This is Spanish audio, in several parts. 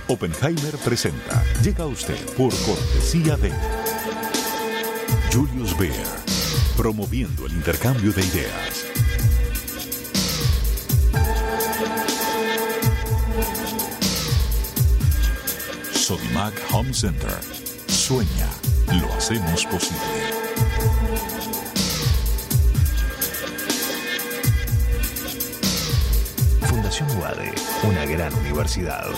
Oppenheimer presenta. Llega a usted por cortesía de Julius Baer, promoviendo el intercambio de ideas. Sodimac Home Center. Sueña, lo hacemos posible. Fundación UADE, una gran universidad.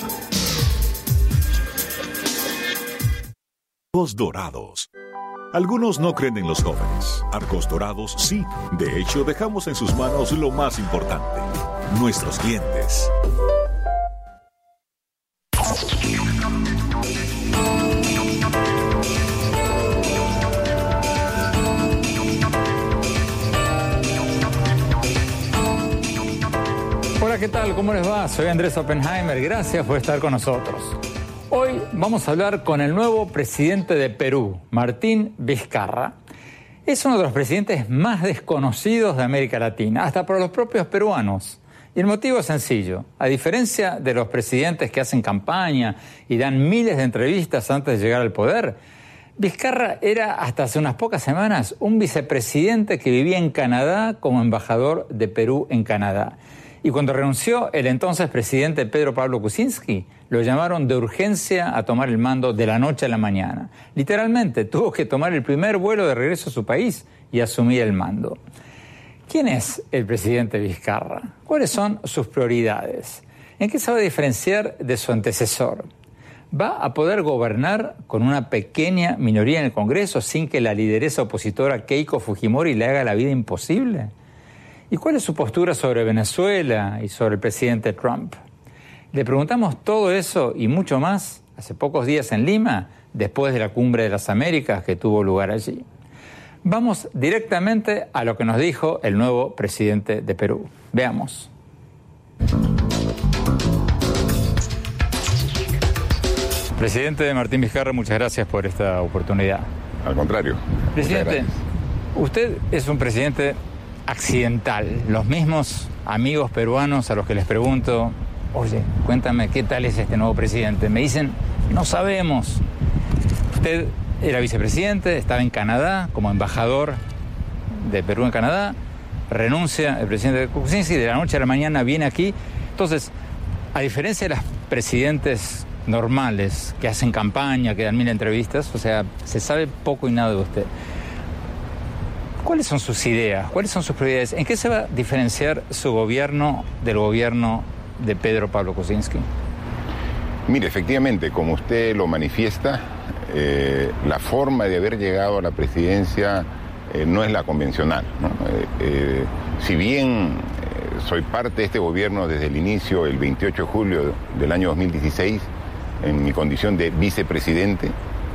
Arcos Dorados. Algunos no creen en los jóvenes. Arcos Dorados sí. De hecho, dejamos en sus manos lo más importante: nuestros clientes. Hola, ¿qué tal? ¿Cómo les va? Soy Andrés Oppenheimer. Gracias por estar con nosotros. Hoy vamos a hablar con el nuevo presidente de Perú, Martín Vizcarra. Es uno de los presidentes más desconocidos de América Latina, hasta por los propios peruanos. Y el motivo es sencillo. A diferencia de los presidentes que hacen campaña y dan miles de entrevistas antes de llegar al poder, Vizcarra era, hasta hace unas pocas semanas, un vicepresidente que vivía en Canadá como embajador de Perú en Canadá. Y cuando renunció el entonces presidente Pedro Pablo Kuczynski, lo llamaron de urgencia a tomar el mando de la noche a la mañana. Literalmente, tuvo que tomar el primer vuelo de regreso a su país y asumir el mando. ¿Quién es el presidente Vizcarra? ¿Cuáles son sus prioridades? ¿En qué se va a diferenciar de su antecesor? ¿Va a poder gobernar con una pequeña minoría en el Congreso sin que la lideresa opositora Keiko Fujimori le haga la vida imposible? ¿Y cuál es su postura sobre Venezuela y sobre el presidente Trump? Le preguntamos todo eso y mucho más hace pocos días en Lima, después de la Cumbre de las Américas que tuvo lugar allí. Vamos directamente a lo que nos dijo el nuevo presidente de Perú. Veamos. Presidente Martín Vizcarra, muchas gracias por esta oportunidad. Al contrario. Presidente, usted es un presidente accidental. Los mismos amigos peruanos a los que les pregunto, oye, cuéntame qué tal es este nuevo presidente, me dicen, no sabemos. Usted era vicepresidente, estaba en Canadá como embajador de Perú en Canadá, renuncia el presidente Kuczynski, de la noche a la mañana viene aquí. Entonces, a diferencia de los presidentes normales que hacen campaña, que dan mil entrevistas, o sea, se sabe poco y nada de usted. ¿Cuáles son sus ideas? ¿Cuáles son sus prioridades? ¿En qué se va a diferenciar su gobierno del gobierno de Pedro Pablo Kuczynski? Mire, efectivamente, como usted lo manifiesta, la forma de haber llegado a la presidencia no es la convencional, ¿no? Si bien soy parte de este gobierno desde el inicio, el 28 de julio del año 2016, en mi condición de vicepresidente,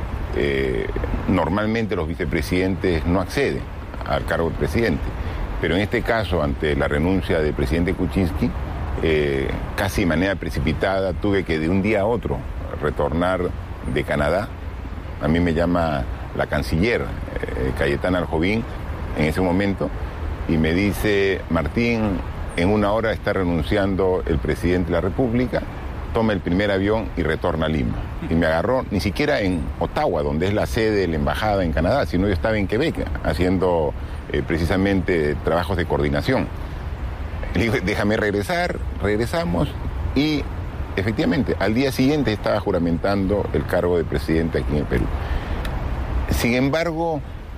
normalmente los vicepresidentes no acceden al cargo del presidente. Pero en este caso, ante la renuncia del presidente Kuczynski, casi de manera precipitada, tuve que de un día a otro retornar de Canadá. A mí me llama la canciller Cayetana Aljovín en ese momento y me dice, Martín, en una hora está renunciando el presidente de la República, toma el primer avión y retorna a Lima. Y me agarró, ni siquiera en Ottawa, donde es la sede de la embajada en Canadá, sino yo estaba en Quebec, haciendo precisamente trabajos de coordinación. Le dije, déjame regresar, regresamos, y efectivamente, al día siguiente estaba juramentando el cargo de presidente aquí en el Perú. Sin embargo,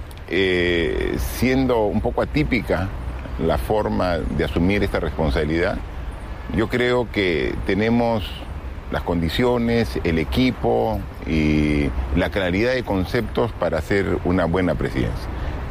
siendo un poco atípica la forma de asumir esta responsabilidad, yo creo que tenemos las condiciones, el equipo y la claridad de conceptos para hacer una buena presidencia.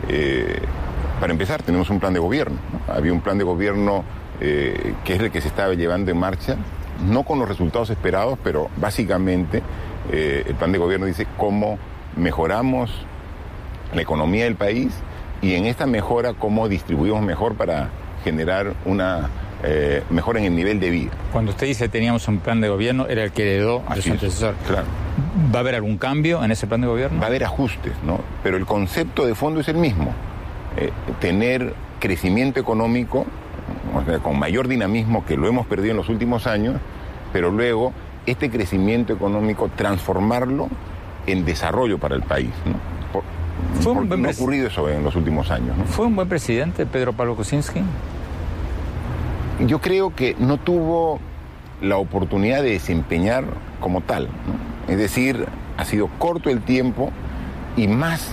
Para empezar, tenemos un plan de gobierno, ¿no? Había un plan de gobierno que es el que se estaba llevando en marcha, no con los resultados esperados, pero básicamente el plan de gobierno dice cómo mejoramos la economía del país y en esta mejora cómo distribuimos mejor para generar una mejora en el nivel de vida. Cuando usted dice teníamos un plan de gobierno, era el que heredó a su antecesor. Claro. ¿Va a haber algún cambio en ese plan de gobierno? Va a haber ajustes, ¿no? Pero el concepto de fondo es el mismo. Tener crecimiento económico, o sea, con mayor dinamismo que lo hemos perdido en los últimos años, pero luego este crecimiento económico, transformarlo en desarrollo para el país, ¿no? No ha ocurrido eso en los últimos años, ¿no? ¿Fue un buen presidente Pedro Pablo Kuczynski? Yo creo que no tuvo la oportunidad de desempeñar como tal, ¿no? Es decir, ha sido corto el tiempo y más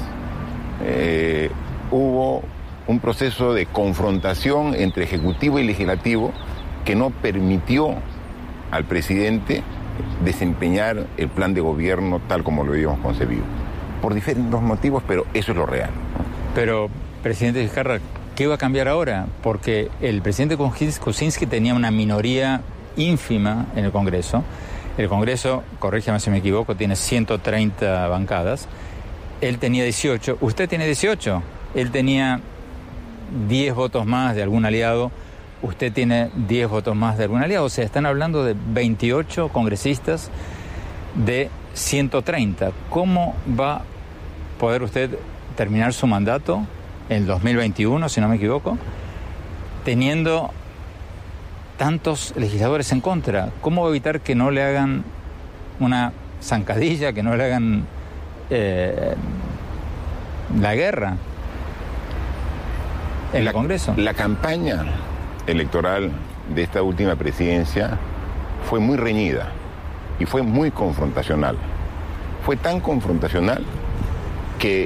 hubo un proceso de confrontación entre ejecutivo y legislativo que no permitió al presidente desempeñar el plan de gobierno tal como lo habíamos concebido. Por diferentes motivos, pero eso es lo real, ¿no? Pero, presidente Vizcarra, ¿qué va a cambiar ahora? Porque el presidente Kuczynski tenía una minoría ínfima en el Congreso. El Congreso, corrígeme si me equivoco, tiene 130 bancadas. Él tenía 18, usted tiene 18. Él tenía 10 votos más de algún aliado. Usted tiene 10 votos más de algún aliado. O sea, están hablando de 28 congresistas de 130. ¿Cómo va a poder usted terminar su mandato en 2021, si no me equivoco, teniendo tantos legisladores en contra? ¿Cómo va a evitar que no le hagan una zancadilla, que no le hagan la guerra en el Congreso? La campaña electoral de esta última presidencia fue muy reñida y fue muy confrontacional. Fue tan confrontacional que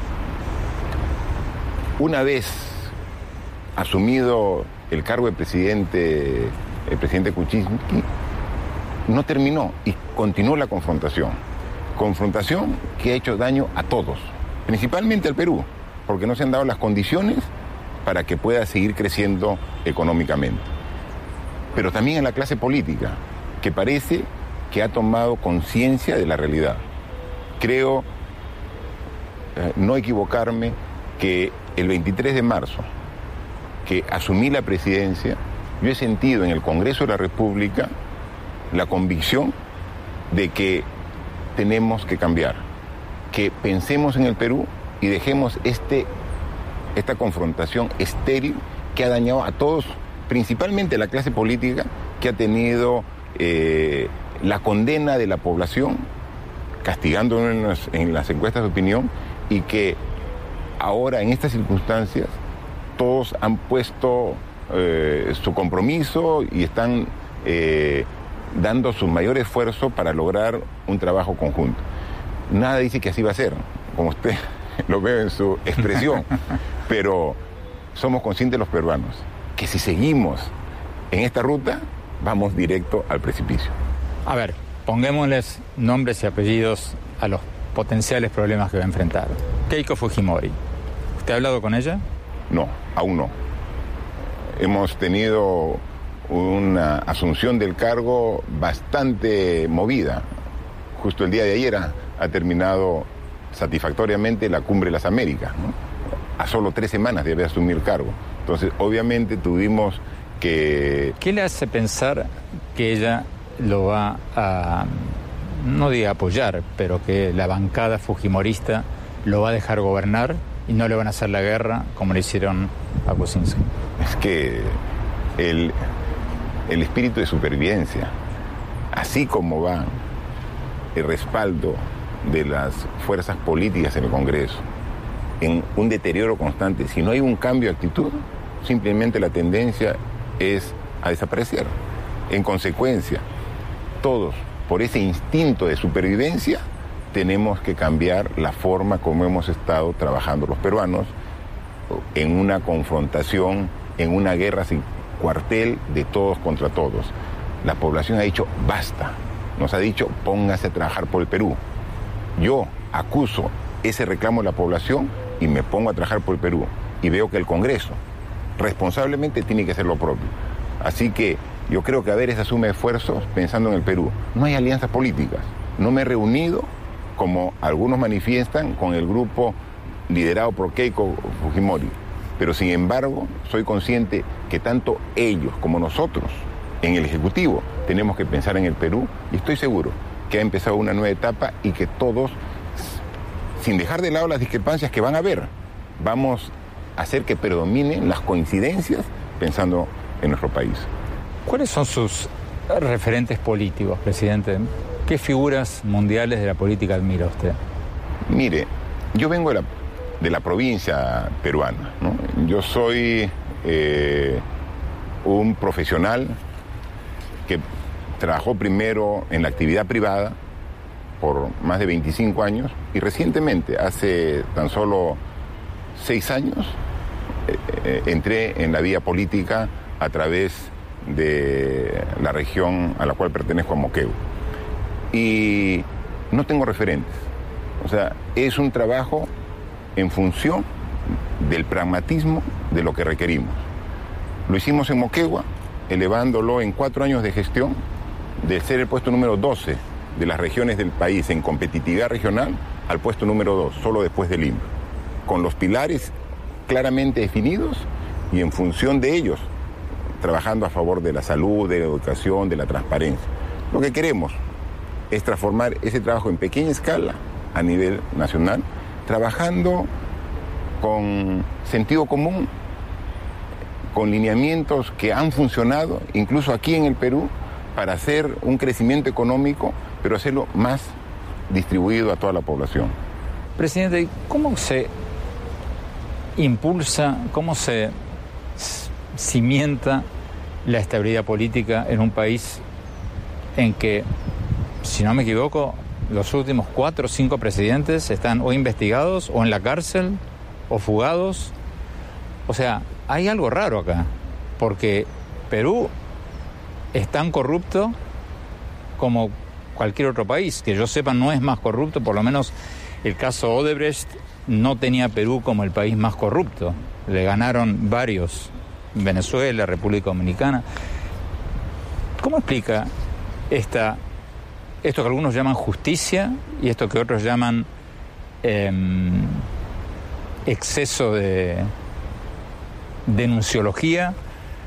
una vez asumido el cargo de presidente, el presidente Kuczynski, no terminó y continuó la confrontación. Confrontación que ha hecho daño a todos, principalmente al Perú, porque no se han dado las condiciones para que pueda seguir creciendo económicamente. Pero también en la clase política, que parece que ha tomado conciencia de la realidad. Creo no equivocarme que el 23 de marzo, que asumí la presidencia, yo he sentido en el Congreso de la República la convicción de que tenemos que cambiar, que pensemos en el Perú y dejemos esta confrontación estéril que ha dañado a todos, principalmente a la clase política, que ha tenido la condena de la población, castigándonos en las encuestas de opinión, y que ahora en estas circunstancias todos han puesto su compromiso y están dando su mayor esfuerzo para lograr un trabajo conjunto. Nada dice que así va a ser, como usted lo ve en su expresión, pero somos conscientes los peruanos que si seguimos en esta ruta vamos directo al precipicio. A ver, pongámosles nombres y apellidos a los potenciales problemas que va a enfrentar. Keiko Fujimori, ¿usted ha hablado con ella? No, aún no. Hemos tenido una asunción del cargo bastante movida. Justo el día de ayer ha terminado satisfactoriamente la Cumbre de las Américas, ¿no? A solo 3 semanas de haber asumido el cargo. Entonces, obviamente tuvimos que... ¿Qué le hace pensar que ella lo va a, no diga apoyar, pero que la bancada fujimorista lo va a dejar gobernar y no le van a hacer la guerra como le hicieron a Kuczynski? Es que el espíritu de supervivencia, así como va el respaldo de las fuerzas políticas en el Congreso, en un deterioro constante, si no hay un cambio de actitud, simplemente la tendencia es a desaparecer. En consecuencia, todos, por ese instinto de supervivencia, tenemos que cambiar la forma como hemos estado trabajando los peruanos en una confrontación, en una guerra sin cuartel de todos contra todos. La población ha dicho basta, nos ha dicho póngase a trabajar por el Perú. Yo acuso ese reclamo de la población y me pongo a trabajar por el Perú y veo que el Congreso responsablemente tiene que hacer lo propio. Así que yo creo que haber esa suma de esfuerzos pensando en el Perú. No hay alianzas políticas. No me he reunido, como algunos manifiestan, con el grupo liderado por Keiko Fujimori. Pero sin embargo, soy consciente que tanto ellos como nosotros, en el Ejecutivo, tenemos que pensar en el Perú y estoy seguro que ha empezado una nueva etapa y que todos, sin dejar de lado las discrepancias que van a haber, vamos a hacer que predominen las coincidencias pensando en nuestro país. ¿Cuáles son sus referentes políticos, presidente. ¿Qué figuras mundiales de la política admira usted? Mire, yo vengo de la provincia peruana, ¿no? Yo soy un profesional que trabajó primero en la actividad privada por más de 25 años y recientemente, hace tan solo 6 años, entré en la vía política a través de la región a la cual pertenezco, a Moquegua. Y no tengo referentes. O sea, es un trabajo en función del pragmatismo de lo que requerimos. Lo hicimos en Moquegua, elevándolo en 4 años de gestión, de ser el puesto número 12 de las regiones del país en competitividad regional al puesto número 2, solo después de Lima, con los pilares claramente definidos y en función de ellos, trabajando a favor de la salud, de la educación, de la transparencia. Lo que queremos es transformar ese trabajo en pequeña escala a nivel nacional, trabajando con sentido común, con lineamientos que han funcionado, incluso aquí en el Perú, para hacer un crecimiento económico, pero hacerlo más distribuido a toda la población. Presidente, ¿cómo se impulsa, cómo se cimienta la estabilidad política en un país en que, si no me equivoco, los últimos 4 o 5 presidentes están o investigados o en la cárcel o fugados? O sea, hay algo raro acá, porque Perú es tan corrupto como cualquier otro país. Que yo sepa, no es más corrupto, por lo menos el caso Odebrecht no tenía a Perú como el país más corrupto. Le ganaron varios, Venezuela, República Dominicana. ¿Cómo explica esto que algunos llaman justicia y esto que otros llaman exceso de denunciología?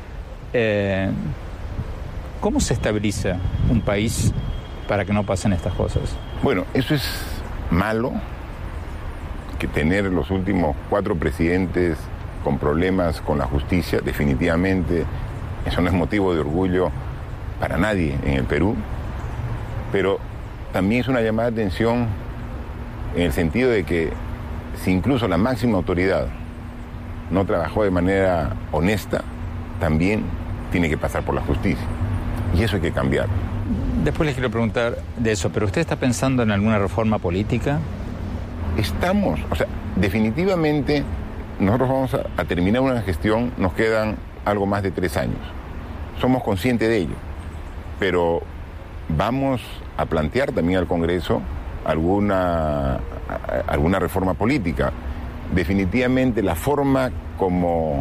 ¿Cómo se estabiliza un país para que no pasen estas cosas? Bueno, eso es malo, que tener los últimos 4 presidentes con problemas con la justicia, definitivamente, eso no es motivo de orgullo para nadie en el Perú, pero también es una llamada de atención en el sentido de que si incluso la máxima autoridad no trabajó de manera honesta, también tiene que pasar por la justicia. Y eso hay que cambiar. Después les quiero preguntar de eso, pero ¿usted está pensando en alguna reforma política? Estamos, o sea, definitivamente nosotros vamos a terminar una gestión, nos quedan algo más de 3 años. Somos conscientes de ello, pero vamos a plantear también al Congreso alguna reforma política. Definitivamente la forma como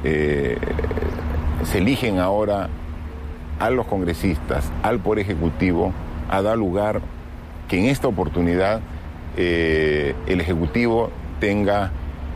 se eligen ahora a los congresistas, al Poder Ejecutivo, ha dado lugar que en esta oportunidad el Ejecutivo tenga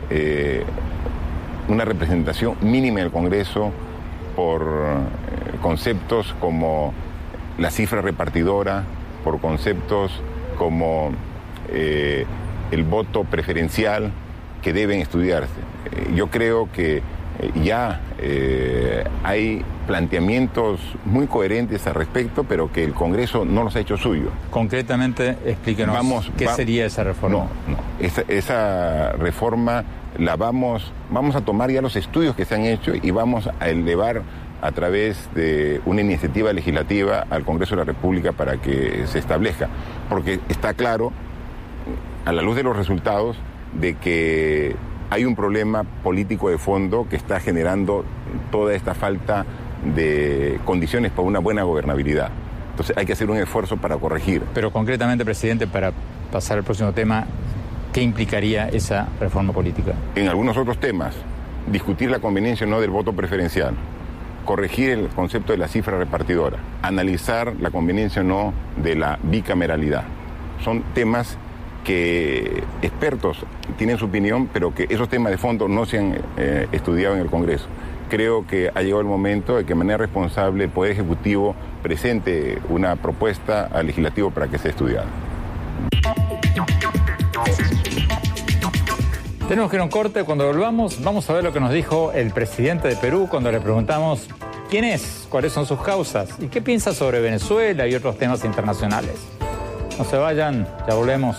una representación mínima en el Congreso por conceptos como la cifra repartidora, por conceptos como el voto preferencial, que deben estudiarse. Yo creo que ya hay planteamientos muy coherentes al respecto, pero que el Congreso no los ha hecho suyo. Concretamente, explíquenos qué sería esa reforma. Esa reforma la vamos a tomar ya los estudios que se han hecho y vamos a elevar a través de una iniciativa legislativa al Congreso de la República para que se establezca, porque está claro, a la luz de los resultados, de que hay un problema político de fondo que está generando toda esta falta de condiciones para una buena gobernabilidad. Entonces hay que hacer un esfuerzo para corregir. Pero concretamente, presidente, para pasar al próximo tema, ¿qué implicaría esa reforma política? En algunos otros temas, discutir la conveniencia o no del voto preferencial, corregir el concepto de la cifra repartidora, analizar la conveniencia o no de la bicameralidad. Son temas que expertos tienen su opinión, pero que esos temas de fondo no se han estudiado en el Congreso. Creo que ha llegado el momento de que de manera responsable el Poder Ejecutivo presente una propuesta al Legislativo para que sea estudiada. Tenemos que ir a un corte. Cuando volvamos, vamos a ver lo que nos dijo el presidente de Perú cuando le preguntamos quién es, cuáles son sus causas y qué piensa sobre Venezuela y otros temas internacionales. No se vayan, ya volvemos.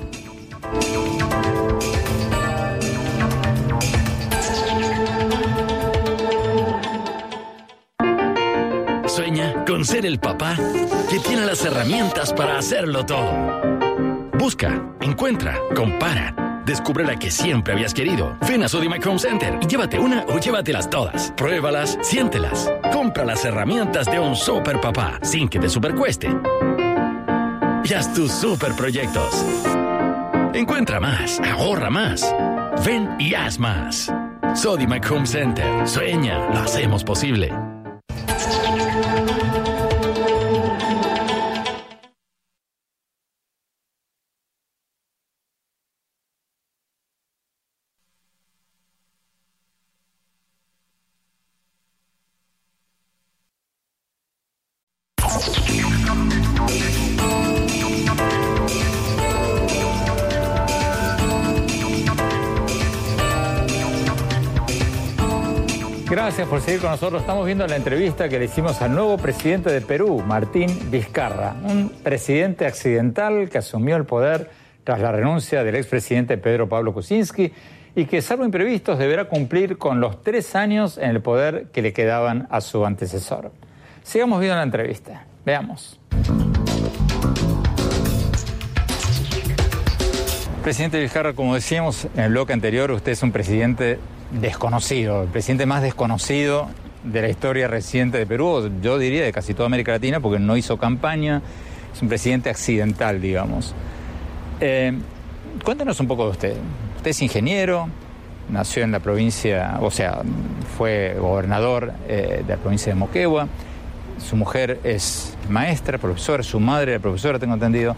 Sueña con ser el papá que tiene las herramientas para hacerlo todo. Busca, encuentra, compara. Descubre la que siempre habías querido. Ven a Sodimac Home Center y llévate una o llévatelas todas. Pruébalas, siéntelas. Compra las herramientas de un super papá sin que te supercueste. Y haz tus super proyectos. Encuentra más, ahorra más. Ven y haz más. Sodimac Home Center. Sueña, lo hacemos posible. Gracias por seguir con nosotros. Estamos viendo la entrevista que le hicimos al nuevo presidente de Perú, Martín Vizcarra, un presidente accidental que asumió el poder tras la renuncia del expresidente Pedro Pablo Kuczynski y que, salvo imprevistos, deberá cumplir con los 3 años en el poder que le quedaban a su antecesor. Sigamos viendo la entrevista. Veamos. Presidente Vizcarra, como decíamos en el bloque anterior, usted es un presidente desconocido, el presidente más desconocido de la historia reciente de Perú, yo diría de casi toda América Latina, porque no hizo campaña, es un presidente accidental, digamos. Cuéntenos un poco de usted. Usted es ingeniero, nació en la provincia, o sea, fue gobernador de la provincia de Moquegua, su mujer es maestra, profesora, su madre era profesora, tengo entendido.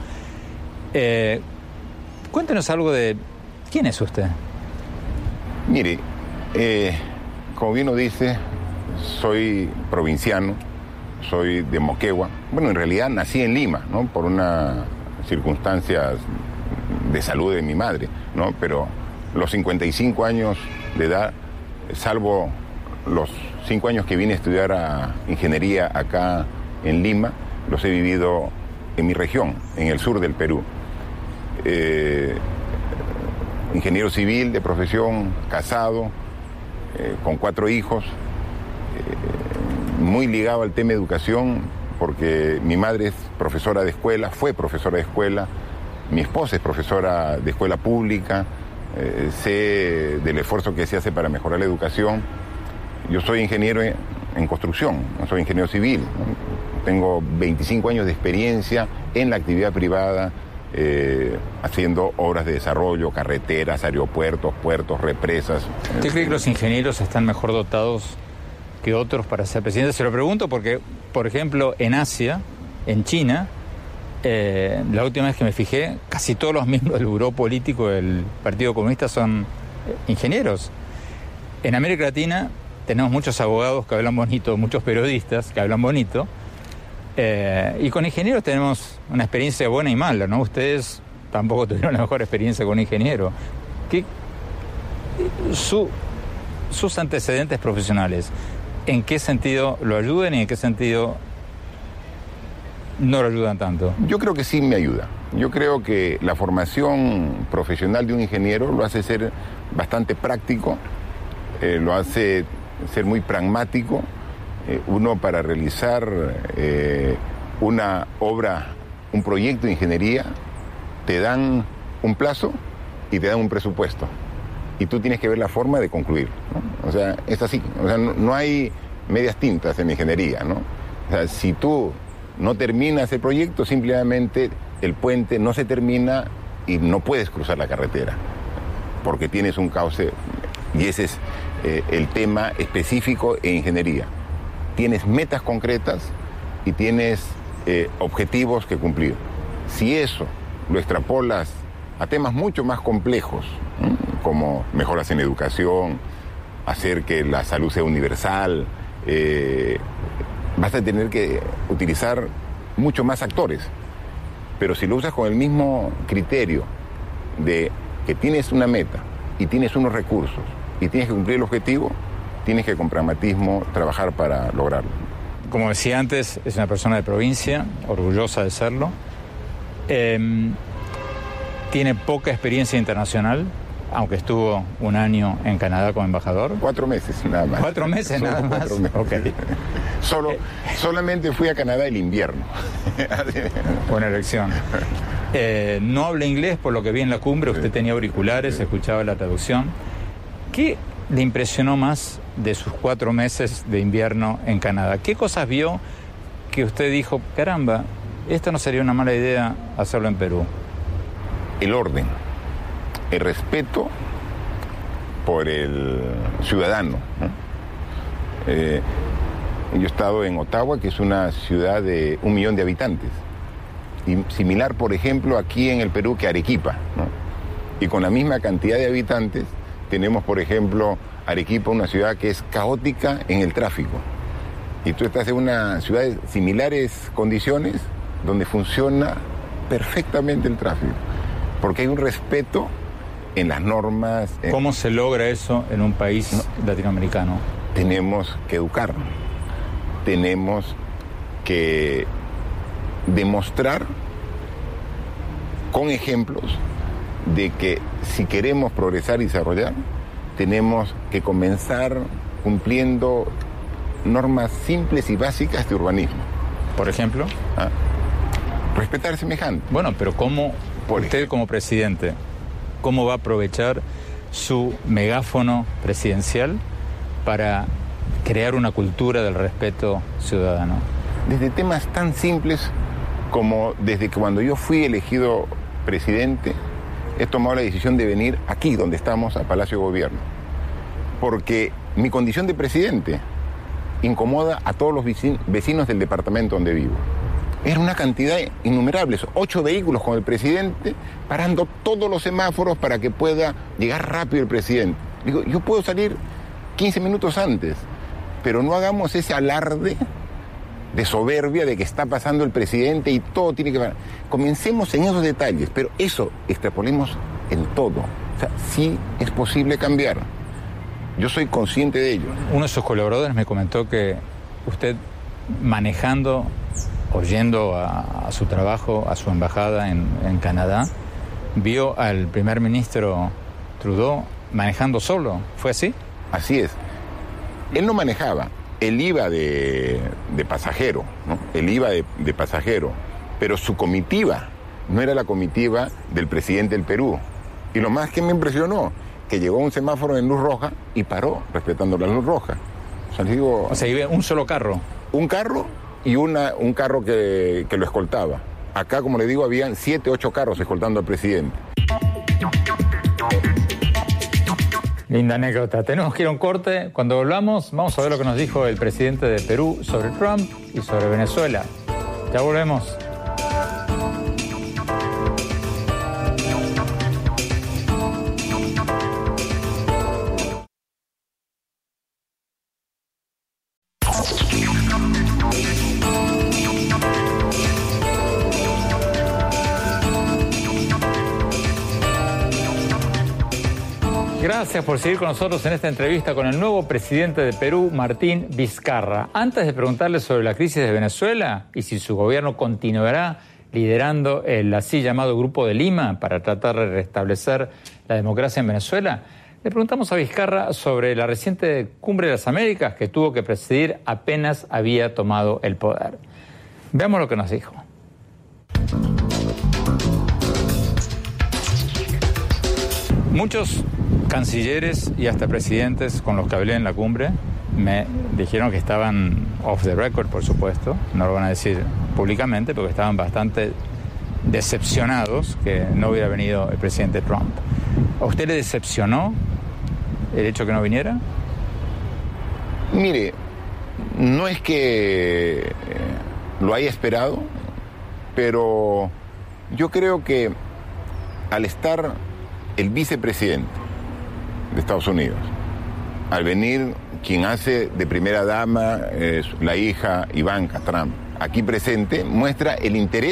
Cuéntenos algo de quién es usted. Mire, como bien lo dice, soy provinciano, soy de Moquegua. Bueno, en realidad nací en Lima, ¿no? Por unas circunstancias de salud de mi madre, ¿no? Pero los 55 años de edad, salvo los 5 años que vine a estudiar ingeniería acá en Lima, los he vivido en mi región, en el sur del Perú. Ingeniero civil de profesión, casado, con 4 hijos, muy ligado al tema de educación, porque mi madre es profesora de escuela, fue profesora de escuela, mi esposa es profesora de escuela pública, sé del esfuerzo que se hace para mejorar la educación. Yo soy ingeniero en construcción, no soy ingeniero civil, ¿no? Tengo 25 años de experiencia en la actividad privada, haciendo obras de desarrollo, carreteras, aeropuertos, puertos, represas. ¿Usted cree que los ingenieros están mejor dotados que otros para ser presidentes? Se lo pregunto porque, por ejemplo, en Asia, en China, la última vez que me fijé, casi todos los miembros del buró político del Partido Comunista son ingenieros. En América Latina tenemos muchos abogados que hablan bonito, muchos periodistas que hablan bonito, y con ingenieros tenemos una experiencia buena y mala, ¿no? Ustedes tampoco tuvieron la mejor experiencia con un ingeniero. Sus antecedentes profesionales, ¿en qué sentido lo ayudan y en qué sentido no lo ayudan tanto? Yo creo que sí me ayuda. Yo creo que la formación profesional de un ingeniero lo hace ser bastante práctico, lo hace ser muy pragmático. Uno, para realizar una obra, un proyecto de ingeniería, te dan un plazo y te dan un presupuesto. Y tú tienes que ver la forma de concluir, ¿no? O sea, es así. O sea, no hay medias tintas en ingeniería, ¿no? O sea, si tú no terminas el proyecto, simplemente el puente no se termina y no puedes cruzar la carretera, porque tienes un cauce, y ese es el tema específico en ingeniería. Tienes metas concretas y tienes objetivos que cumplir. Si eso lo extrapolas a temas mucho más complejos, ¿no? Como mejoras en educación, hacer que la salud sea universal, vas a tener que utilizar mucho más actores. Pero si lo usas con el mismo criterio de que tienes una meta y tienes unos recursos y tienes que cumplir el objetivo, tienes que con pragmatismo trabajar para lograrlo. Como decía antes, es una persona de provincia, orgullosa de serlo. Tiene poca experiencia internacional, aunque estuvo un año en Canadá como embajador. 4 meses nada más. 4 meses nada más. 4 meses. Okay. Solamente fui a Canadá el invierno. Buena elección. No habla inglés, por lo que vi en la cumbre. Usted tenía auriculares, escuchaba la traducción. ¿Qué le impresionó más de sus 4 meses de invierno en Canadá? ¿Qué cosas vio que usted dijo, caramba, esto no sería una mala idea hacerlo en Perú? El orden, el respeto por el ciudadano, ¿no? Yo he estado en Ottawa, que es una ciudad de 1 millón de habitantes, y similar, por ejemplo, aquí en el Perú que Arequipa, ¿no? Y con la misma cantidad de habitantes tenemos, por ejemplo, Arequipa, una ciudad que es caótica en el tráfico. Y tú estás en una ciudad de similares condiciones donde funciona perfectamente el tráfico, porque hay un respeto en las normas. ¿Cómo se logra eso en un país latinoamericano? Tenemos que educarnos, tenemos que demostrar con ejemplos de que si queremos progresar y desarrollar, tenemos que comenzar cumpliendo normas simples y básicas de urbanismo. ¿Por ejemplo? Respetar al semejante. Bueno, pero ¿cómo usted como presidente, cómo va a aprovechar su megáfono presidencial para crear una cultura del respeto ciudadano? Desde temas tan simples como desde que cuando yo fui elegido presidente, he tomado la decisión de venir aquí, donde estamos, a Palacio de Gobierno. Porque mi condición de presidente incomoda a todos los vecinos del departamento donde vivo. Era una cantidad innumerable, 8 vehículos con el presidente, parando todos los semáforos para que pueda llegar rápido el presidente. Digo, yo puedo salir 15 minutos antes, pero no hagamos ese alarde de soberbia de que está pasando el presidente y todo tiene que parar. Comencemos en esos detalles, pero eso extrapolemos en todo. O sea, sí es posible cambiar. Yo soy consciente de ello. Uno de sus colaboradores me comentó que usted, manejando o yendo a su trabajo, a su embajada en Canadá, vio al primer ministro Trudeau manejando solo. ¿Fue así? Así es. Él no manejaba, él iba de pasajero, ¿no? Él iba de pasajero, pero su comitiva no era la comitiva del presidente del Perú. Y lo más que me impresionó, que llegó a un semáforo en luz roja y paró respetando la luz roja. O sea, iba un solo carro. Un carro y un carro que lo escoltaba. Acá, como le digo, habían 7, 8 carros escoltando al presidente. Linda anécdota. Tenemos que ir a un corte. Cuando volvamos, vamos a ver lo que nos dijo el presidente de Perú sobre Trump y sobre Venezuela. Ya volvemos. Gracias por seguir con nosotros en esta entrevista con el nuevo presidente de Perú, Martín Vizcarra. Antes de preguntarle sobre la crisis de Venezuela y si su gobierno continuará liderando el así llamado Grupo de Lima para tratar de restablecer la democracia en Venezuela, le preguntamos a Vizcarra sobre la reciente Cumbre de las Américas que tuvo que presidir apenas había tomado el poder. Veamos lo que nos dijo. Muchos cancilleres y hasta presidentes con los que hablé en la cumbre me dijeron que estaban off the record, por supuesto, no lo van a decir públicamente, porque estaban bastante decepcionados que no hubiera venido el presidente Trump. ¿A usted le decepcionó el hecho que no viniera? Mire, no es que lo haya esperado, pero yo creo que al estar el vicepresidente de Estados Unidos, al venir quien hace de primera dama, la hija Ivanka Trump, aquí presente, muestra el interés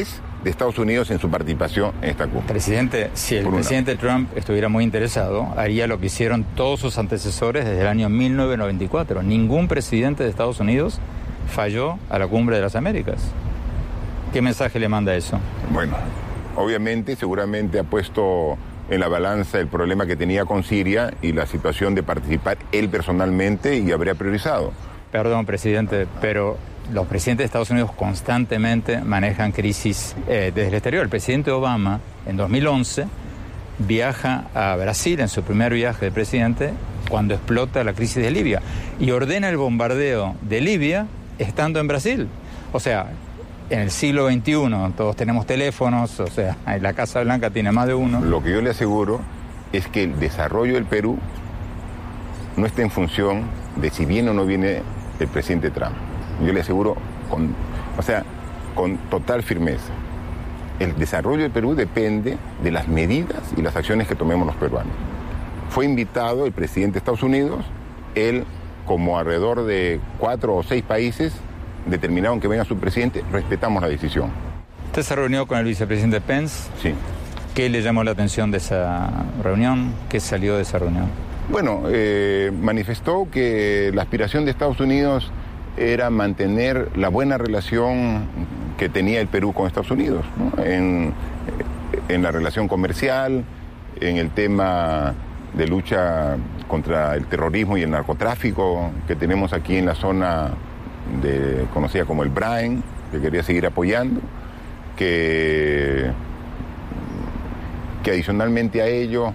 de Estados Unidos en su participación en esta cumbre. Presidente, si el presidente Trump estuviera muy interesado, haría lo que hicieron todos sus antecesores desde el año 1994. Ningún presidente de Estados Unidos falló a la Cumbre de las Américas. ¿Qué mensaje le manda eso? Bueno, obviamente, seguramente ha puesto en la balanza el problema que tenía con Siria y la situación de participar él personalmente, y habría priorizado. Perdón, presidente, pero los presidentes de Estados Unidos constantemente manejan crisis desde el exterior. El presidente Obama, en 2011, viaja a Brasil en su primer viaje de presidente cuando explota la crisis de Libia y ordena el bombardeo de Libia estando en Brasil. O sea, en el siglo XXI todos tenemos teléfonos, o sea, la Casa Blanca tiene más de uno. Lo que yo le aseguro es que el desarrollo del Perú no está en función de si viene o no viene el presidente Trump. Yo le aseguro con total firmeza. El desarrollo del Perú depende de las medidas y las acciones que tomemos los peruanos. Fue invitado el presidente de Estados Unidos, él, como alrededor de 4 o 6 países, determinaron que venga su presidente, respetamos la decisión. ¿Usted se reunió con el vicepresidente Pence? Sí. ¿Qué le llamó la atención de esa reunión? ¿Qué salió de esa reunión? Bueno, manifestó que la aspiración de Estados Unidos era mantener la buena relación que tenía el Perú con Estados Unidos, ¿no? En la relación comercial, en el tema de lucha contra el terrorismo y el narcotráfico que tenemos aquí en la zona conocida como el Brain, que quería seguir apoyando, que adicionalmente a ello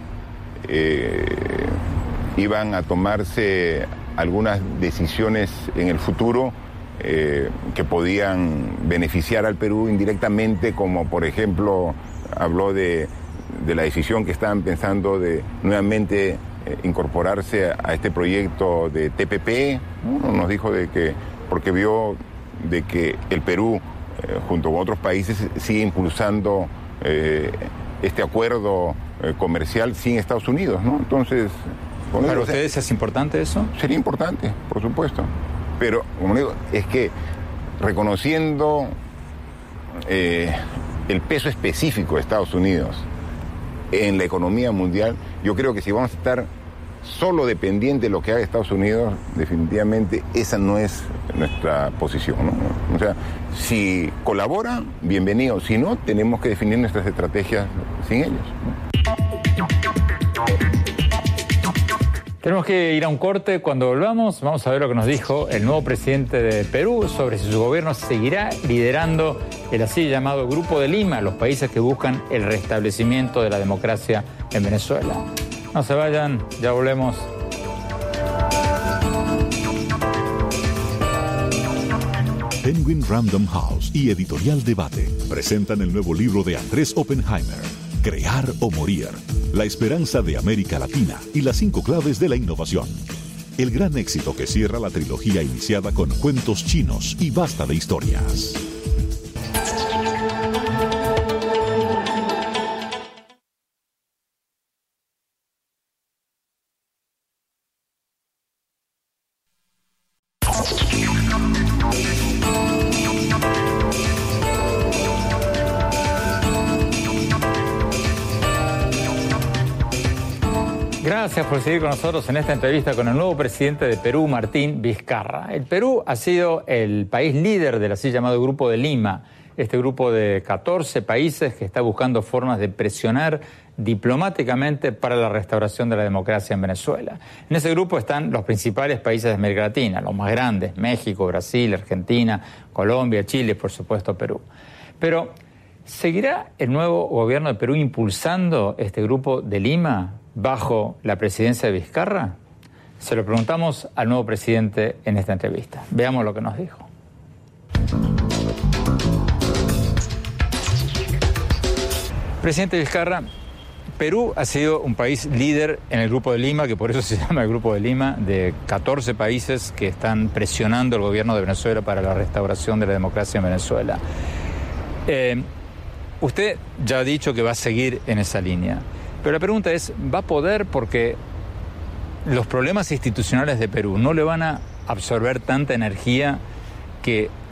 iban a tomarse algunas decisiones en el futuro que podían beneficiar al Perú indirectamente, como por ejemplo habló de la decisión que estaban pensando de nuevamente incorporarse a este proyecto de TPP, ¿no? Nos dijo de que, porque vio de que el Perú, junto con otros países, sigue impulsando este acuerdo comercial sin Estados Unidos, ¿no? Entonces, ¿para ustedes es importante eso? Sería importante, por supuesto. Pero, como digo, es que reconociendo el peso específico de Estados Unidos en la economía mundial, yo creo que si vamos a estar solo dependientes de lo que haga Estados Unidos, definitivamente esa no es nuestra posición, ¿no? O sea, si colabora, bienvenido. Si no, tenemos que definir nuestras estrategias sin ellos, ¿no? Tenemos que ir a un corte. Cuando volvamos, vamos a ver lo que nos dijo el nuevo presidente de Perú sobre si su gobierno seguirá liderando el así llamado Grupo de Lima, los países que buscan el restablecimiento de la democracia en Venezuela. No se vayan, ya volvemos. Penguin Random House y Editorial Debate presentan el nuevo libro de Andrés Oppenheimer, Crear o Morir, la esperanza de América Latina y las 5 claves de la innovación. El gran éxito que cierra la trilogía iniciada con Cuentos Chinos y Basta de Historias. Gracias por seguir con nosotros en esta entrevista con el nuevo presidente de Perú, Martín Vizcarra. El Perú ha sido el país líder del así llamado Grupo de Lima, este grupo de 14 países que está buscando formas de presionar diplomáticamente para la restauración de la democracia en Venezuela. En ese grupo están los principales países de América Latina, los más grandes: México, Brasil, Argentina, Colombia, Chile, por supuesto Perú. Pero, ¿seguirá el nuevo gobierno de Perú impulsando este Grupo de Lima bajo la presidencia de Vizcarra? Se lo preguntamos al nuevo presidente en esta entrevista. Veamos lo que nos dijo. Presidente Vizcarra, Perú ha sido un país líder en el Grupo de Lima, que por eso se llama el Grupo de Lima, de 14 países que están presionando al gobierno de Venezuela para la restauración de la democracia en Venezuela. Usted ya ha dicho que va a seguir en esa línea. Pero la pregunta es, ¿va a poder? Porque los problemas institucionales de Perú no le van a absorber tanta energía que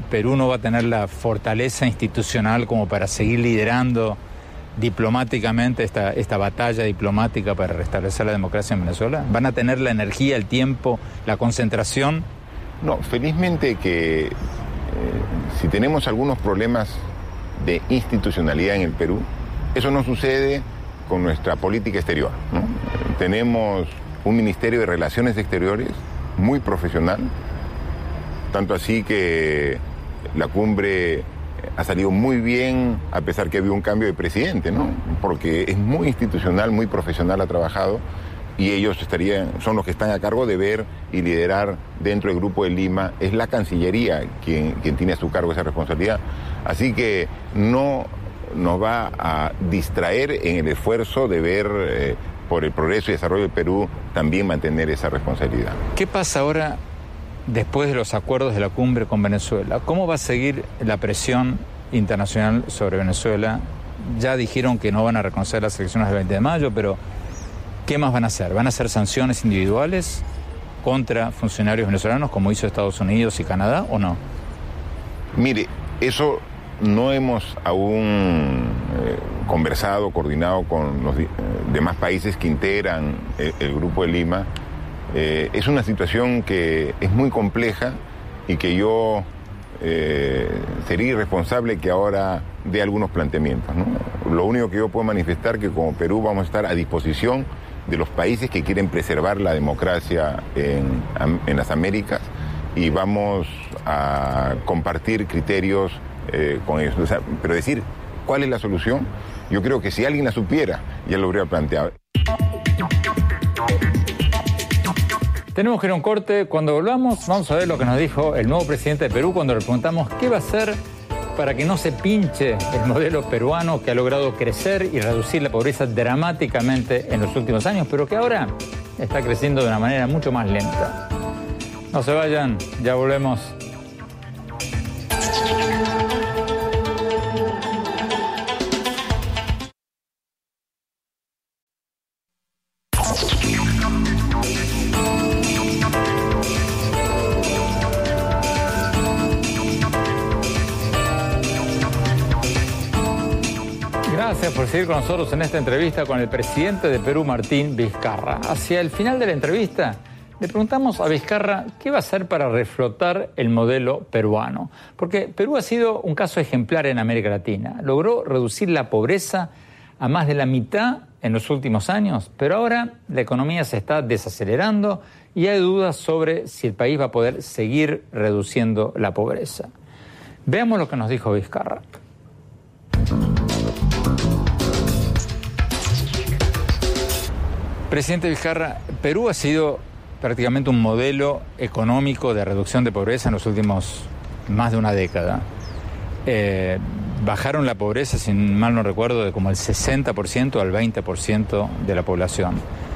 Perú no va a tener la fortaleza institucional como para seguir liderando diplomáticamente esta batalla diplomática para restablecer la democracia en Venezuela? ¿Van a tener la energía, el tiempo, la concentración? No, felizmente que si tenemos algunos problemas de institucionalidad en el Perú, eso no sucede con nuestra política exterior, ¿no? Tenemos un Ministerio de Relaciones Exteriores muy profesional, tanto así que la cumbre ha salido muy bien a pesar que había un cambio de presidente, ¿no? Porque es muy institucional, muy profesional, ha trabajado, y ellos son los que están a cargo de ver y liderar dentro del Grupo de Lima. Es la Cancillería quien tiene a su cargo esa responsabilidad. Así que no nos va a distraer en el esfuerzo de ver por el progreso y desarrollo del Perú también mantener esa responsabilidad. ¿Qué pasa ahora después de los acuerdos de la cumbre con Venezuela? ¿Cómo va a seguir la presión internacional sobre Venezuela? Ya dijeron que no van a reconocer las elecciones del 20 de mayo, pero ¿qué más van a hacer? ¿Van a hacer sanciones individuales contra funcionarios venezolanos como hizo Estados Unidos y Canadá o no? Mire, eso no hemos aún conversado, coordinado con los demás países que integran el Grupo de Lima. Es una situación que es muy compleja y que yo sería irresponsable que ahora dé algunos planteamientos, ¿no? Lo único que yo puedo manifestar es que como Perú vamos a estar a disposición de los países que quieren preservar la democracia en las Américas, y vamos a compartir criterios con ellos. O sea, pero decir cuál es la solución, yo creo que si alguien la supiera, ya lo habría planteado. Tenemos que ir a un corte. Cuando volvamos, vamos a ver lo que nos dijo el nuevo presidente de Perú cuando le preguntamos qué va a hacer para que no se pinche el modelo peruano que ha logrado crecer y reducir la pobreza dramáticamente en los últimos años, pero que ahora está creciendo de una manera mucho más lenta. No se vayan, ya volvemos. Gracias por seguir con nosotros en esta entrevista con el presidente de Perú, Martín Vizcarra. Hacia el final de la entrevista le preguntamos a Vizcarra qué va a hacer para reflotar el modelo peruano. Porque Perú ha sido un caso ejemplar en América Latina. Logró reducir la pobreza a más de la mitad en los últimos años, pero ahora la economía se está desacelerando y hay dudas sobre si el país va a poder seguir reduciendo la pobreza. Veamos lo que nos dijo Vizcarra. Presidente Vizcarra, Perú ha sido prácticamente un modelo económico de reducción de pobreza en los últimos más de una década. Bajaron la pobreza, si mal no recuerdo, de como el 60% al 20% de la población.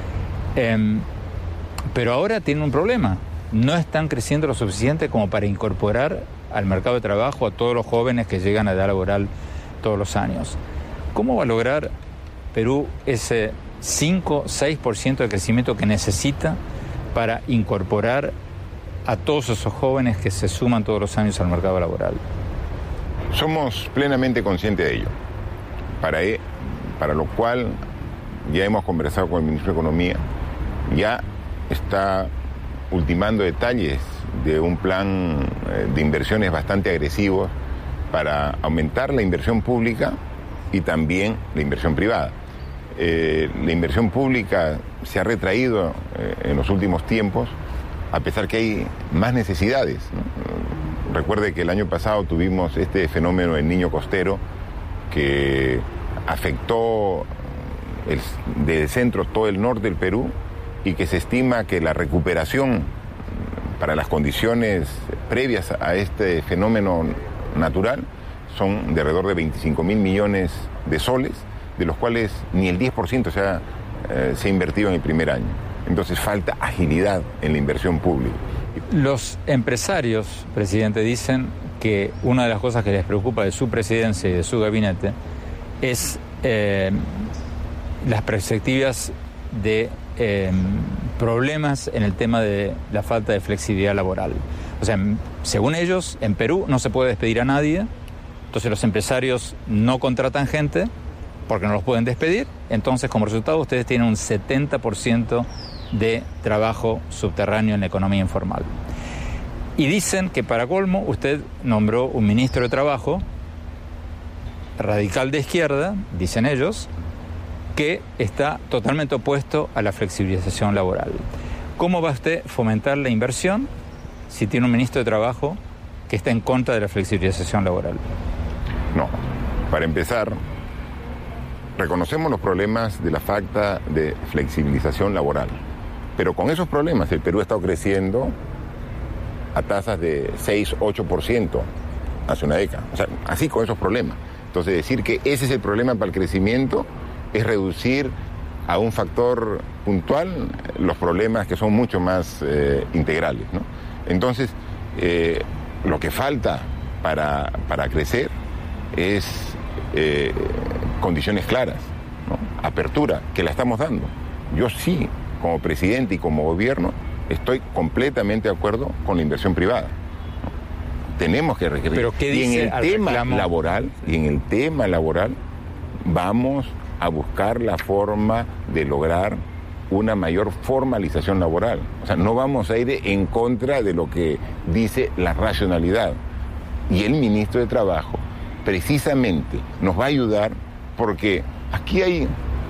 Pero ahora tienen un problema. No están creciendo lo suficiente como para incorporar al mercado de trabajo a todos los jóvenes que llegan a edad laboral todos los años. ¿Cómo va a lograr Perú ese 5-6% de crecimiento que necesita para incorporar a todos esos jóvenes que se suman todos los años al mercado laboral? Somos plenamente conscientes de ello, para lo cual ya hemos conversado con el Ministro de Economía, ya está ultimando detalles de un plan de inversiones bastante agresivos para aumentar la inversión pública y también la inversión privada. La inversión pública se ha retraído en los últimos tiempos, a pesar que hay más necesidades, ¿no? Recuerde que el año pasado tuvimos este fenómeno del Niño Costero que afectó del centro todo el norte del Perú, y que se estima que la recuperación para las condiciones previas a este fenómeno natural son de alrededor de 25.000 millones de soles, de los cuales ni el 10% se ha invertido en el primer año. Entonces falta agilidad en la inversión pública. Los empresarios, presidente, dicen que una de las cosas que les preocupa de su presidencia y de su gabinete es las perspectivas de problemas en el tema de la falta de flexibilidad laboral. O sea, según ellos, en Perú no se puede despedir a nadie, entonces los empresarios no contratan gente porque no los pueden despedir, entonces como resultado ustedes tienen un 70% de trabajo subterráneo en la economía informal. Y dicen que para colmo usted nombró un ministro de Trabajo radical de izquierda, dicen ellos, que está totalmente opuesto a la flexibilización laboral. ¿Cómo va usted a fomentar la inversión si tiene un ministro de Trabajo que está en contra de la flexibilización laboral? No, para empezar, reconocemos los problemas de la falta de flexibilización laboral, pero con esos problemas el Perú ha estado creciendo a tasas de 6-8% hace una década, o sea, así con esos problemas. Entonces decir que ese es el problema para el crecimiento es reducir a un factor puntual los problemas que son mucho más integrales, ¿no? Entonces, lo que falta para crecer es condiciones claras, ¿no? Apertura, que la estamos dando. Yo sí, como presidente y como gobierno, estoy completamente de acuerdo con la inversión privada. Tenemos que requerir. ¿Pero qué dice? Y en el tema laboral, vamos a buscar la forma de lograr una mayor formalización laboral. O sea, no vamos a ir en contra de lo que dice la racionalidad. Y el ministro de Trabajo precisamente nos va a ayudar porque aquí hay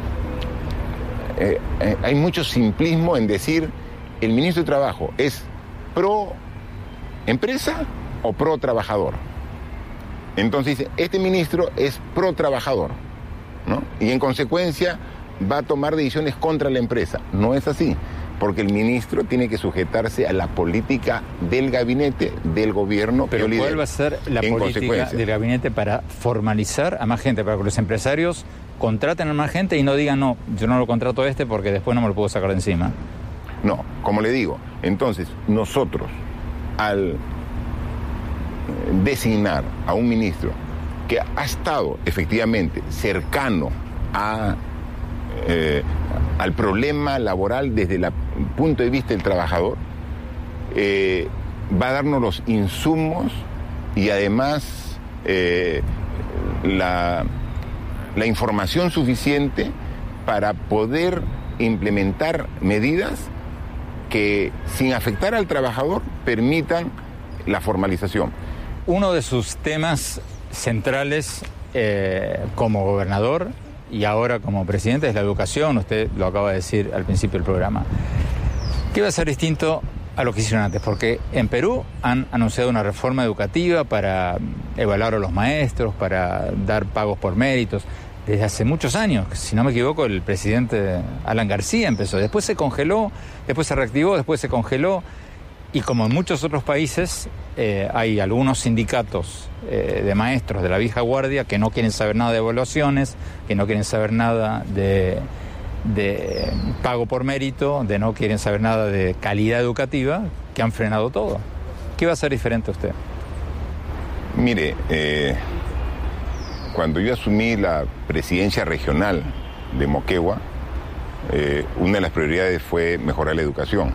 mucho simplismo en decir el ministro de Trabajo es pro empresa o pro trabajador. Entonces dice, este ministro es pro trabajador, ¿no? Y en consecuencia va a tomar decisiones contra la empresa. No es así, porque el ministro tiene que sujetarse a la política del gabinete, del gobierno. Pero ¿cuál va a ser la política del gabinete para formalizar a más gente, para que los empresarios contraten a más gente y no digan, no, yo no lo contrato a este porque después no me lo puedo sacar de encima? No, como le digo, entonces nosotros al designar a un ministro que ha estado efectivamente cercano al problema laboral desde el punto de vista del trabajador, va a darnos los insumos y además la información suficiente para poder implementar medidas que, sin afectar al trabajador, permitan la formalización. Uno de sus temas centrales como gobernador y ahora como presidente es la educación, usted lo acaba de decir al principio del programa. ¿Qué va a ser distinto a lo que hicieron antes? Porque en Perú han anunciado una reforma educativa para evaluar a los maestros, para dar pagos por méritos, desde hace muchos años. Si no me equivoco, el presidente Alan García empezó, después se congeló, después se reactivó, después se congeló. Y como en muchos otros países, hay algunos sindicatos de maestros de la vieja guardia que no quieren saber nada de evaluaciones, que no quieren saber nada de pago por mérito, no quieren saber nada de calidad educativa, que han frenado todo. ¿Qué va a ser diferente a usted? Mire, cuando yo asumí la presidencia regional de Moquegua, una de las prioridades fue mejorar la educación.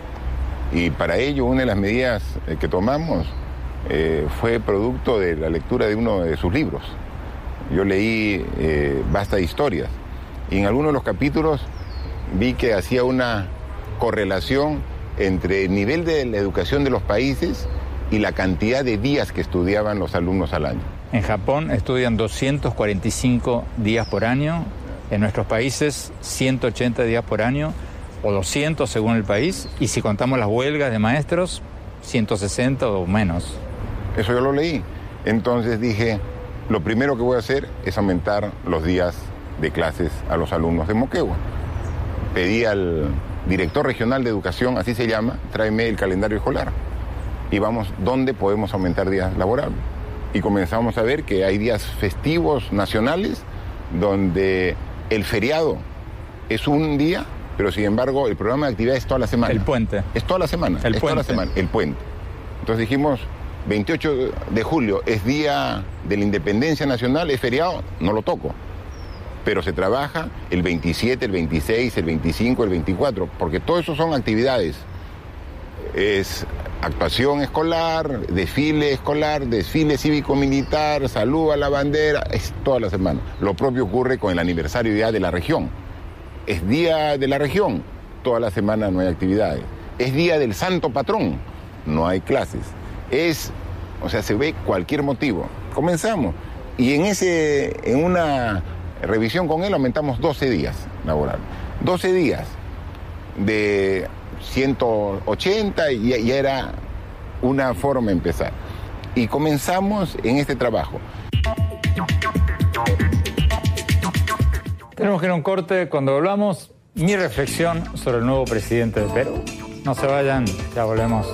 Y para ello, una de las medidas que tomamos fue producto de la lectura de uno de sus libros. Yo leí Basta de Historias, y en algunos de los capítulos vi que hacía una correlación entre el nivel de la educación de los países y la cantidad de días que estudiaban los alumnos al año. En Japón estudian 245 días por año, en nuestros países 180 días por año, o 200 según el país, y si contamos las huelgas de maestros, 160 o menos. Eso yo lo leí. Entonces dije, lo primero que voy a hacer es aumentar los días de clases a los alumnos de Moquegua. Pedí al director regional de educación, así se llama, tráeme el calendario escolar y vamos, ¿dónde podemos aumentar días laborables? Y comenzamos a ver que hay días festivos nacionales donde el feriado es un día, pero sin embargo el programa de actividad es toda la semana. El puente. Es toda la semana. El puente. Toda la semana, el puente. Entonces dijimos, 28 de julio es día de la independencia nacional, es feriado, no lo toco. Pero se trabaja el 27, el 26, el 25, el 24, porque todo eso son actividades actuación escolar, desfile cívico-militar, salud a la bandera, es toda la semana. Lo propio ocurre con el aniversario ya de la región. Es día de la región, toda la semana no hay actividades. Es día del santo patrón, no hay clases. Se ve cualquier motivo. Comenzamos. Y en una revisión con él aumentamos 12 días laborales. 12 días de 180 y ya era una forma de empezar. Y comenzamos en este trabajo. Tenemos que ir a un corte. Cuando volvamos, mi reflexión sobre el nuevo presidente de Perú. No se vayan, ya volvemos.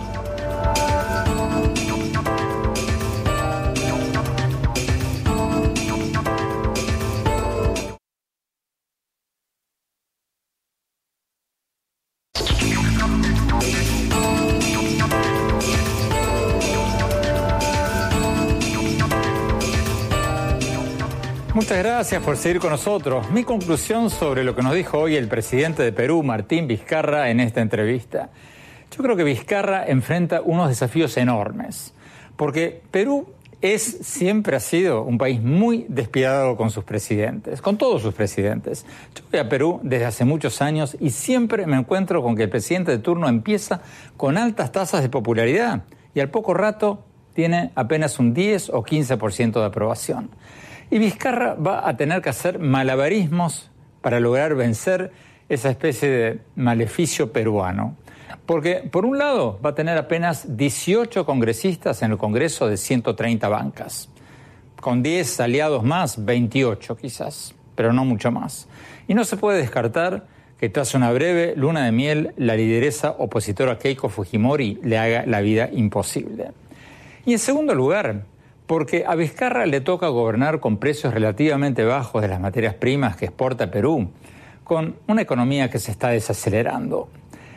Muchas gracias por seguir con nosotros. Mi conclusión sobre lo que nos dijo hoy el presidente de Perú, Martín Vizcarra, en esta entrevista. Yo creo que Vizcarra enfrenta unos desafíos enormes, porque Perú siempre ha sido un país muy despiadado con sus presidentes, con todos sus presidentes. Yo voy a Perú desde hace muchos años y siempre me encuentro con que el presidente de turno empieza con altas tasas de popularidad y al poco rato tiene apenas un 10 o 15% de aprobación. Y Vizcarra va a tener que hacer malabarismos para lograr vencer esa especie de maleficio peruano. Porque, por un lado, va a tener apenas 18 congresistas en el Congreso de 130 bancas. Con 10 aliados más, 28 quizás, pero no mucho más. Y no se puede descartar que tras una breve luna de miel, la lideresa opositora Keiko Fujimori le haga la vida imposible. Y en segundo lugar, porque a Vizcarra le toca gobernar con precios relativamente bajos de las materias primas que exporta Perú, con una economía que se está desacelerando.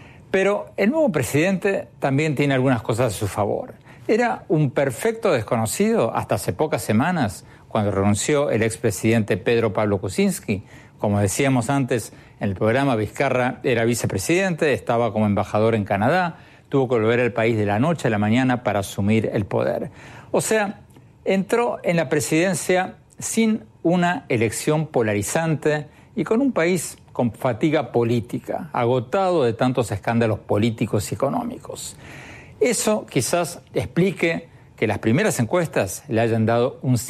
Pero el nuevo presidente también tiene algunas cosas a su favor. Era un perfecto desconocido hasta hace pocas semanas, cuando renunció el expresidente Pedro Pablo Kuczynski. Como decíamos antes, en el programa Vizcarra era vicepresidente, estaba como embajador en Canadá, tuvo que volver al país de la noche a la mañana para asumir el poder. O sea, entró en la presidencia sin una elección polarizante y con un país con fatiga política, agotado de tantos escándalos políticos y económicos. Eso quizás explique que las primeras encuestas le hayan dado un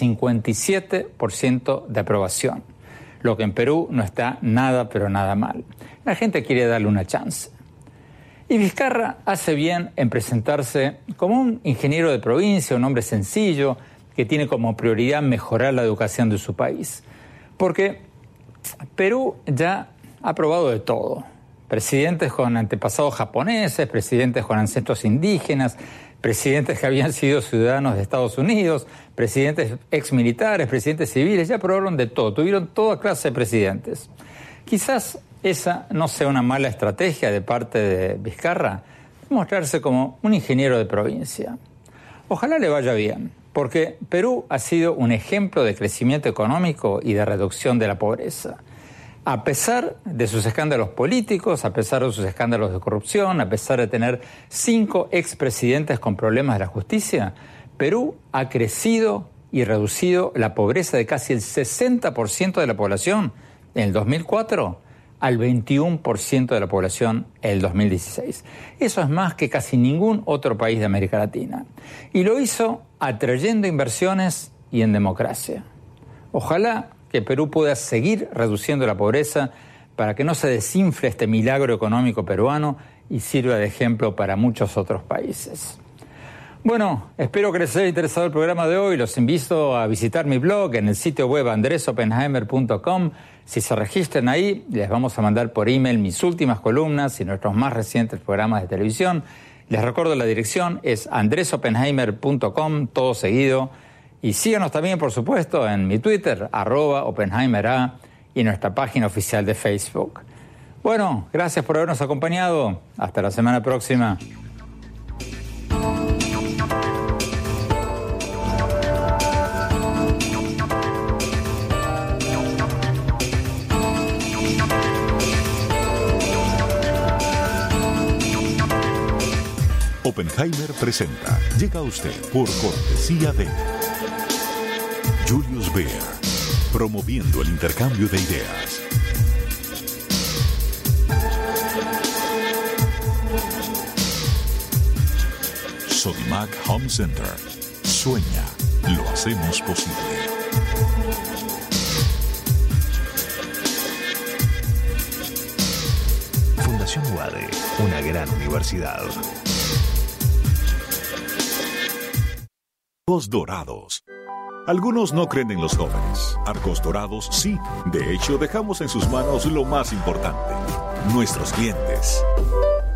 57% de aprobación, lo que en Perú no está nada, pero nada mal. La gente quiere darle una chance. Y Vizcarra hace bien en presentarse como un ingeniero de provincia, un hombre sencillo, que tiene como prioridad mejorar la educación de su país. Porque Perú ya ha probado de todo. Presidentes con antepasados japoneses, presidentes con ancestros indígenas, presidentes que habían sido ciudadanos de Estados Unidos, presidentes exmilitares, presidentes civiles, ya probaron de todo, tuvieron toda clase de presidentes. Quizás esa no sea una mala estrategia de parte de Vizcarra, mostrarse como un ingeniero de provincia. Ojalá le vaya bien, porque Perú ha sido un ejemplo de crecimiento económico y de reducción de la pobreza. A pesar de sus escándalos políticos, a pesar de sus escándalos de corrupción, a pesar de tener 5 expresidentes con problemas de la justicia, Perú ha crecido y reducido la pobreza de casi el 60% de la población en el 2004 al 21% de la población en el 2016. Eso es más que casi ningún otro país de América Latina. Y lo hizo atrayendo inversiones y en democracia. Ojalá que Perú pueda seguir reduciendo la pobreza para que no se desinfle este milagro económico peruano y sirva de ejemplo para muchos otros países. Bueno, espero que les haya interesado el programa de hoy. Los invito a visitar mi blog en el sitio web andresopenheimer.com. Si se registran ahí, les vamos a mandar por email mis últimas columnas y nuestros más recientes programas de televisión. Les recuerdo la dirección, es andresopenheimer.com, todo seguido. Y síganos también, por supuesto, en mi Twitter, @OpenheimerA, y nuestra página oficial de Facebook. Bueno, gracias por habernos acompañado. Hasta la semana próxima. Oppenheimer presenta. Llega a usted por cortesía de Julius Baer, promoviendo el intercambio de ideas. Sodimac Home Center. Sueña, lo hacemos posible. Fundación UADE, una gran universidad. Arcos Dorados. Algunos no creen en los jóvenes. Arcos Dorados sí. De hecho, dejamos en sus manos lo más importante: nuestros clientes.